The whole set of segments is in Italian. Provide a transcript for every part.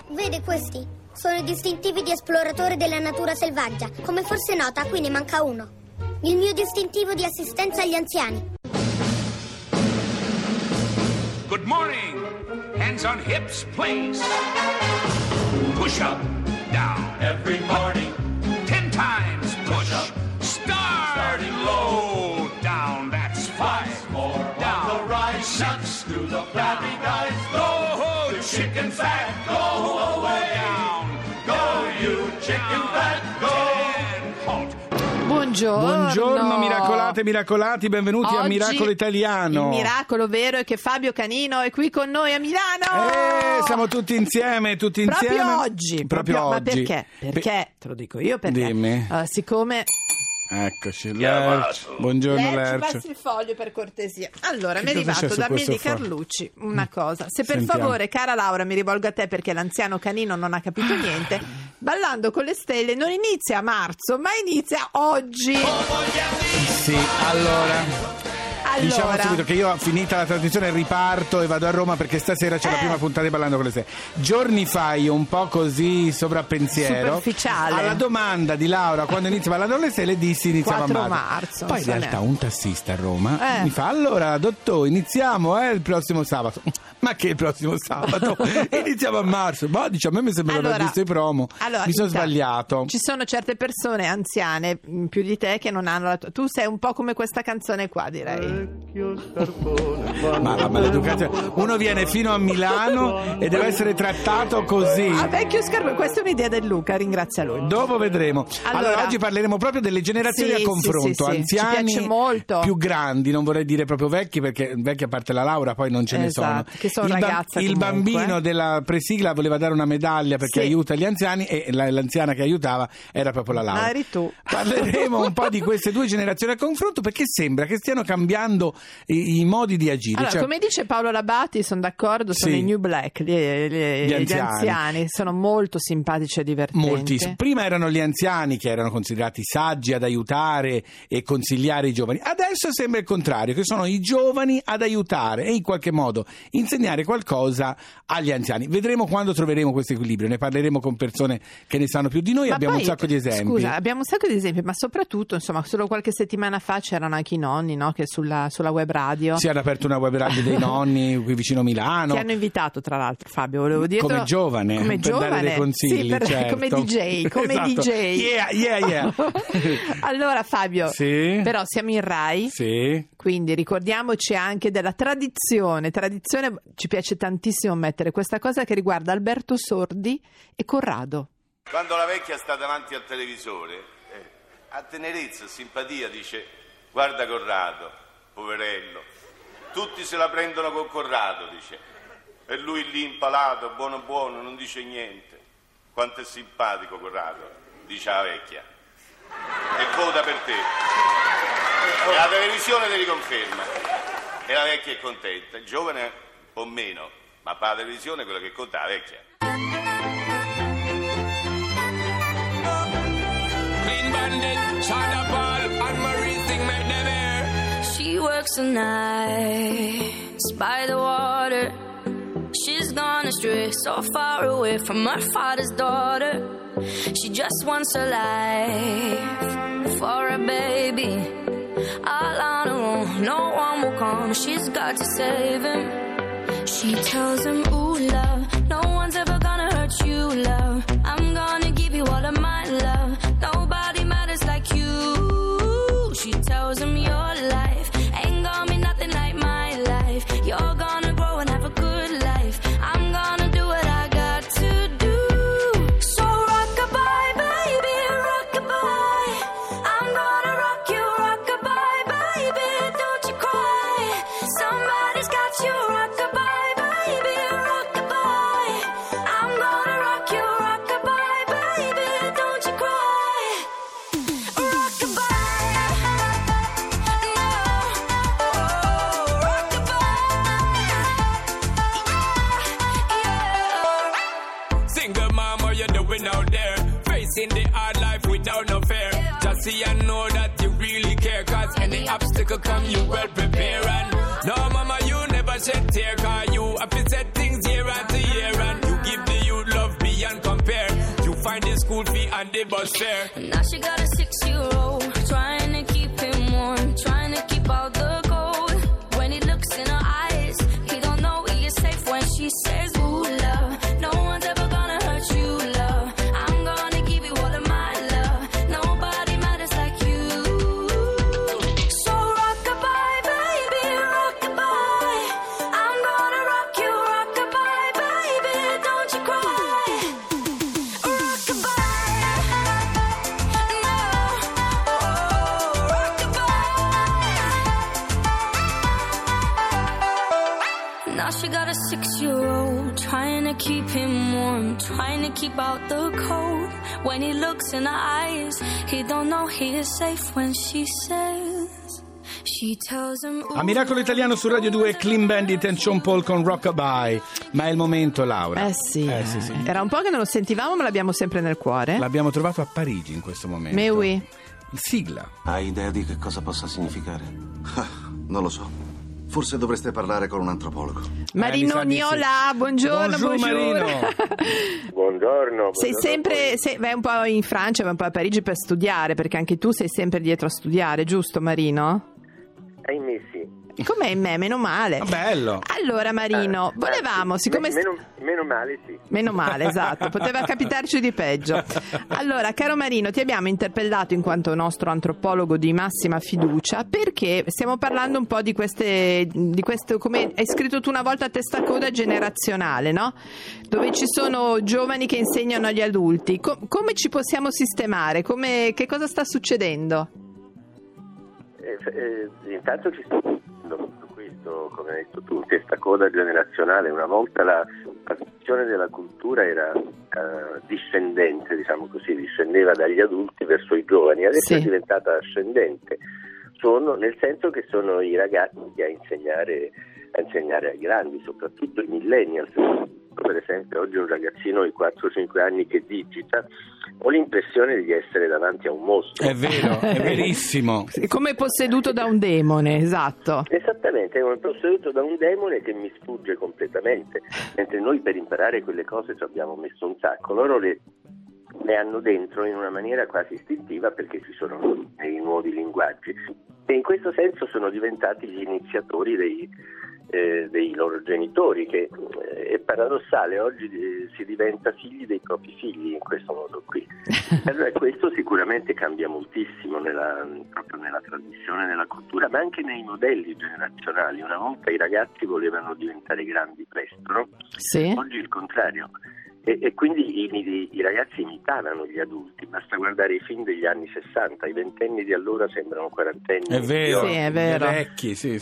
Vede questi? Sono i distintivi di esploratore della natura selvaggia. Come forse nota, qui ne manca uno. Il mio distintivo di assistenza agli anziani. Good morning. Hands on hips, please. Push up, down. Every morning. 10 times push up. Starting low, down. That's 5 more. Down. On the rise, 6 to the flabby guys. Go, chicken fat, go away. Down. Go, you chicken fat, go. 10, halt. Buongiorno miracolate, miracolati, benvenuti a Miracolo Italiano. Il miracolo vero è che Fabio Canino è qui con noi a Milano. Siamo tutti insieme. Proprio oggi. Ma perché? Perché? Te lo dico io perché. Dimmi. Siccome... Eccoci, Lerch. Buongiorno Lerch. Passi il foglio per cortesia. Allora, Che mi è cosa arrivato c'è da su questo Medi Carlucci una cosa. Se per Sentiamo. favore, cara Laura, mi rivolgo a te perché l'anziano Canino non ha capito niente. Ballando con le stelle non inizia a marzo, ma inizia oggi. Sì, allora diciamo subito che io, finita la trasmissione, riparto e vado a Roma perché stasera c'è la prima puntata di Ballando con le Stelle. Giorni fa io, un po' così sovrappensiero, superficiale, alla domanda di Laura quando inizia Ballando con le Stelle dissi iniziava a 4 marzo. marzo. Poi in realtà un tassista a Roma mi fa: allora dottore, iniziamo il prossimo sabato. Ma che il prossimo sabato? Iniziamo a marzo. Ma dice, a me mi sembra aver visto i promo. Mi sono sbagliato. Ci sono certe persone anziane più di te che non hanno tu sei un po' come questa canzone qua, direi. Ma la maleducazione. Uno viene fino a Milano e deve essere trattato così. Vecchio scarpone, questa è un'idea del Luca, ringrazia lui. Dopo vedremo. Allora oggi parleremo proprio delle generazioni a confronto. Sì. Anziani ci piace molto. Più grandi, non vorrei dire proprio vecchi, perché vecchi a parte la Laura poi non ce ne sono. Che sono ragazze il bambino della presigla voleva dare una medaglia perché aiuta gli anziani, e l'anziana che aiutava era proprio la Laura. Eri tu. Parleremo un po' di queste due generazioni a confronto, perché sembra che stiano cambiando i modi di agire. Allora, come dice Paolo Labati, sono d'accordo, sono i New Black, gli anziani. Sono molto simpatici e divertenti. Moltissimo. Prima erano gli anziani che erano considerati saggi ad aiutare e consigliare i giovani. Adesso sembra il contrario, che sono i giovani ad aiutare e in qualche modo insegnare qualcosa agli anziani. Vedremo quando troveremo questo equilibrio, ne parleremo con persone che ne sanno più di noi. Abbiamo un sacco di esempi. Scusa, abbiamo un sacco di esempi, ma soprattutto, insomma, solo qualche settimana fa c'erano anche i nonni, no? Che sulla web radio si hanno aperto una web radio dei nonni qui vicino Milano. Ti hanno invitato, tra l'altro, Fabio, volevo dire come giovane per dare dei consigli, certo. come DJ, esatto. Yeah. Allora Fabio, però siamo in Rai, quindi ricordiamoci anche della tradizione. Ci piace tantissimo mettere questa cosa che riguarda Alberto Sordi e Corrado. Quando la vecchia sta davanti al televisore, a tenerezza, simpatia, dice: guarda Corrado, poverello, tutti se la prendono con Corrado, dice, e lui lì impalato, buono, non dice niente. Quanto è simpatico Corrado, dice la vecchia, e vota per te. E la televisione te li conferma, e la vecchia è contenta, il giovane un po' meno, ma per la televisione quello che conta è la vecchia. Clean Bandit, Shonda Paul, and Marie Sting make them air. She works the nights by the water. She's gone astray, so far away from her father's daughter. She just wants a life for a baby. All on her own, no one will come. She's got to save him. She tells him, ooh, love, no one's ever gonna hurt you, love. I'm gonna give you all of my love. Nobody matters like you. She tells him your life ain't gonna be nothing like my life. You're gonna grow and have a good life. I'm gonna do what I got to do. So rock-a-bye, baby, rock-a-bye. I'm gonna rock you, rock-a-bye, baby, don't you cry. Somebody's got you, rock-a-bye, baby, rock-a-bye. I'm gonna rock you, rock-a-bye, baby, don't you cry. Rock-a-bye, no, rock-a-bye. Single mom, what you doing out there? Facing the hard life without no fear. Just see and know that you really care, cause any obstacle come, you well prepare. And no mama, you never shed tear, cause you have to set things year after year. And you give the youth love school fee and the bus fare. Now she got a 6-year-old, trying to keep him warm, trying to keep out the cold. When he looks in her eyes, he don't know he is safe when she says, ooh, love, no one's ever gonna hurt you, love. I'm gonna give you all of my love. Nobody matters like you. So rock-a-bye, baby, rock-a-bye. I'm gonna rock you, rock-a-bye, baby, don't you cry. Rock-a-bye, no, oh, rock-a-bye. Now she got a 6-year-old, trying to keep him warm, trying to keep out the cold. When he looks in her eyes, he don't know he is safe when she says, she tells him. A Miracolo Italiano su Radio 2, Clean Bandit and Sean Paul con Rockabye. Ma è il momento, Laura. Sì. Era un po' che non lo sentivamo, ma l'abbiamo sempre nel cuore. L'abbiamo trovato a Parigi in questo momento. Mais oui. Sigla. Hai idea di che cosa possa significare? Non lo so. Forse dovreste parlare con un antropologo. Marino Niola, buongiorno. Marino. Buongiorno. Sei sempre, vai un po' in Francia, vai un po' a Parigi per studiare, perché anche tu sei sempre dietro a studiare, giusto Marino? Ahimè sì. Com'è in me? Meno male. Bello. Allora Marino, volevamo, siccome... Meno male sì. Meno male, esatto, poteva capitarci di peggio. Allora, caro Marino, ti abbiamo interpellato in quanto nostro antropologo di massima fiducia, perché stiamo parlando un po' di questo, come hai scritto tu una volta, testacoda generazionale, no? Dove ci sono giovani che insegnano agli adulti. Come ci possiamo sistemare? Che cosa sta succedendo? Intanto ci sto dicendo questo, come hai detto tu, testacoda generazionale. Una volta la trasmissione della cultura era discendente, diciamo così, discendeva dagli adulti verso i giovani, adesso è diventata ascendente, nel senso che sono i ragazzi a insegnare ai grandi, soprattutto i millennials. Per esempio oggi un ragazzino di 4-5 anni che digita, ho l'impressione di essere davanti a un mostro. È vero, è verissimo. Come posseduto da un demone, esatto. Esattamente, è come posseduto da un demone che mi sfugge completamente, mentre noi per imparare quelle cose ci abbiamo messo un sacco. Loro le hanno dentro in una maniera quasi istintiva perché ci sono dei nuovi linguaggi e in questo senso sono diventati gli iniziatori dei loro genitori, che è paradossale, oggi si diventa figli dei propri figli in questo modo qui. Allora questo sicuramente cambia moltissimo proprio nella trasmissione della cultura, ma anche nei modelli generazionali. Una volta i ragazzi volevano diventare grandi presto, no? Sì. Oggi il contrario. E quindi i ragazzi imitavano gli adulti, basta guardare i film degli anni 60, i ventenni di allora sembrano quarantenni. È vero, sì, è vero. Vecchi, sì.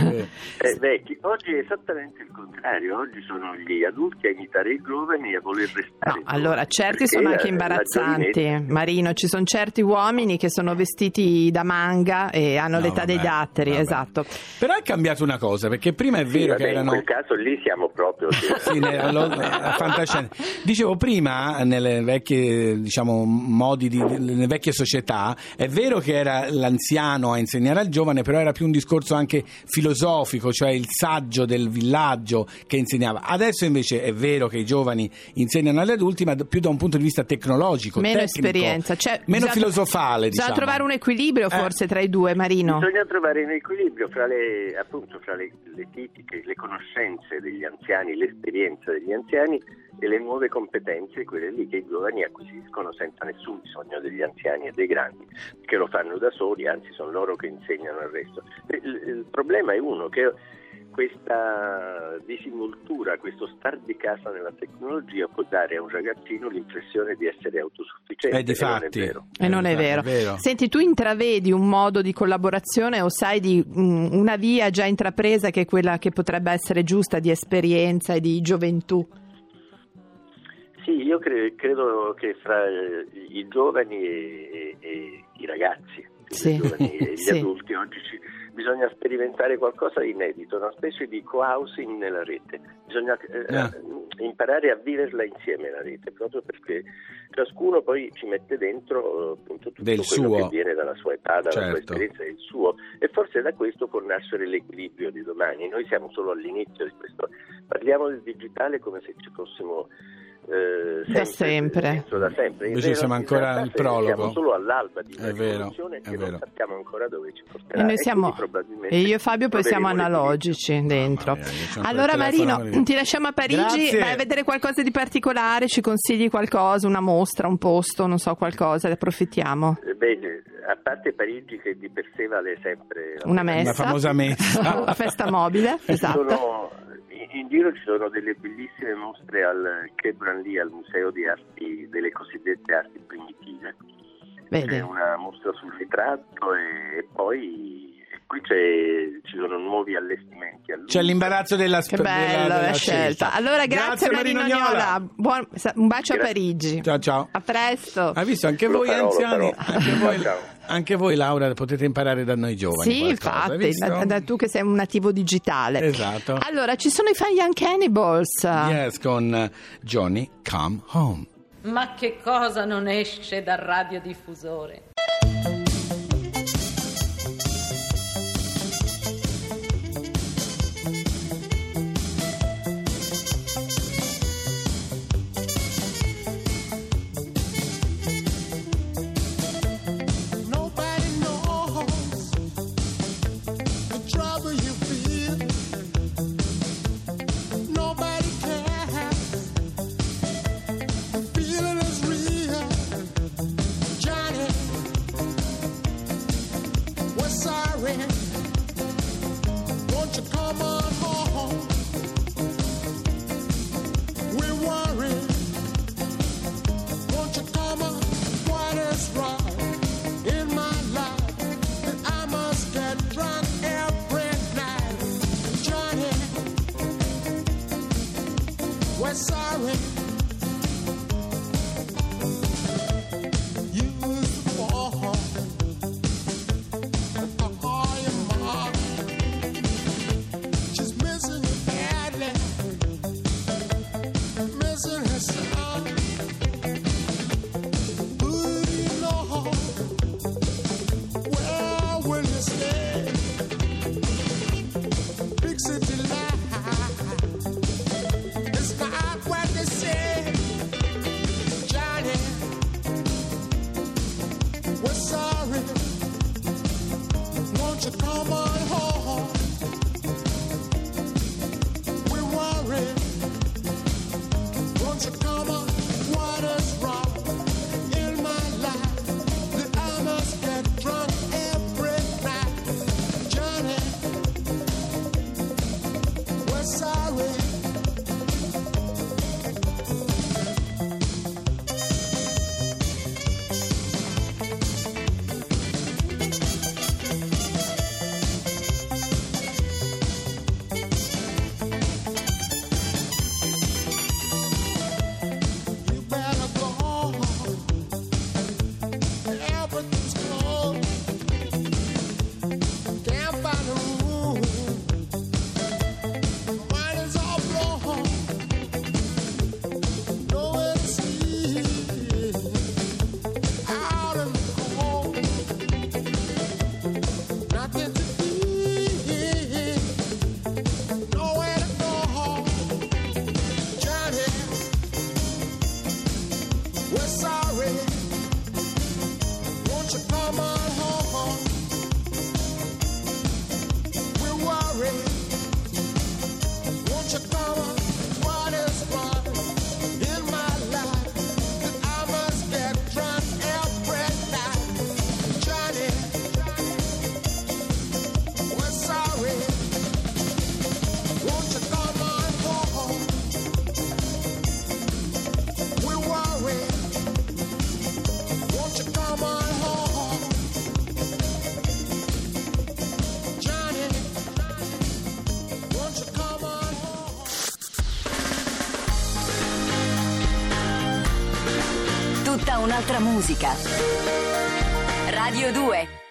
Vecchi. Oggi è esattamente il contrario, oggi sono gli adulti a imitare i giovani e a voler restare. No, allora certi sono anche imbarazzanti, Marino, ci sono certi uomini che sono vestiti da manga e hanno l'età dei datteri, esatto. Però è cambiato una cosa, perché prima è vero che erano... in quel caso lì siamo proprio... Sì, nella fantascienza. Dicevo prima, nelle vecchie, diciamo, nelle vecchie società, è vero che era l'anziano a insegnare al giovane, però era più un discorso anche filosofico, cioè il saggio del villaggio che insegnava. Adesso invece è vero che i giovani insegnano agli adulti, ma più da un punto di vista tecnologico, meno tecnico, esperienza, meno filosofale. Bisogna trovare un equilibrio forse tra i due, Marino. Bisogna trovare un equilibrio fra le tipiche, le conoscenze degli anziani, l'esperienza degli anziani e le nuove competenze, quelle lì che i giovani acquisiscono senza nessun bisogno degli anziani e dei grandi, che lo fanno da soli, anzi sono loro che insegnano il resto. Il problema è uno, che questa disinvoltura, questo star di casa nella tecnologia può dare a un ragazzino l'impressione di essere autosufficiente, e non è vero. Senti, tu intravedi un modo di collaborazione o sai di una via già intrapresa che è quella che potrebbe essere giusta, di esperienza e di gioventù? Sì, io credo che fra i giovani e i ragazzi, i giovani e gli adulti oggi bisogna sperimentare qualcosa di inedito, una specie di co-housing nella rete. Bisogna imparare a viverla insieme la rete, proprio perché ciascuno poi ci mette dentro appunto tutto quello che viene dalla sua età, dalla sua esperienza, il suo, e forse da questo può nascere l'equilibrio di domani. Noi siamo solo all'inizio di questo, parliamo del digitale come se ci fossimo da sempre. Invece siamo ancora al prologo. Siamo solo all'alba di una rivoluzione che non sappiamo ancora dove ci porterà. E noi siamo, e io e Fabio poi siamo analogici dentro. Allora Marino, ti lasciamo a Parigi. Grazie. Vai a vedere qualcosa di particolare, ci consigli qualcosa, una mostra, un posto, non so, qualcosa, ne approfittiamo. Bene, a parte Parigi che di per sé vale sempre una messa, la famosa messa, una festa mobile, esatto. In giro ci sono delle bellissime mostre al Quai Branly, al Museo di Arti, delle cosiddette arti primitive. Vedi. C'è una mostra sul ritratto e poi ci sono nuovi allestimenti. C'è l'imbarazzo della scelta. Allora grazie Marino Niola. Un bacio a Parigi. Ciao. A presto. Hai visto anche voi anziani? Anche voi Laura potete imparare da noi giovani. Sì, infatti, da tu che sei un nativo digitale. Esatto. Allora ci sono i Fine Young Cannibals. Yes, con Johnny Come Home. Ma che cosa non esce dal radiodiffusore? We're sorry. You used to fall. Oh, your mom. She's missing you badly. Missing her son. Who do you know? Where will you stay? Big city life. Un'altra musica. Radio 2.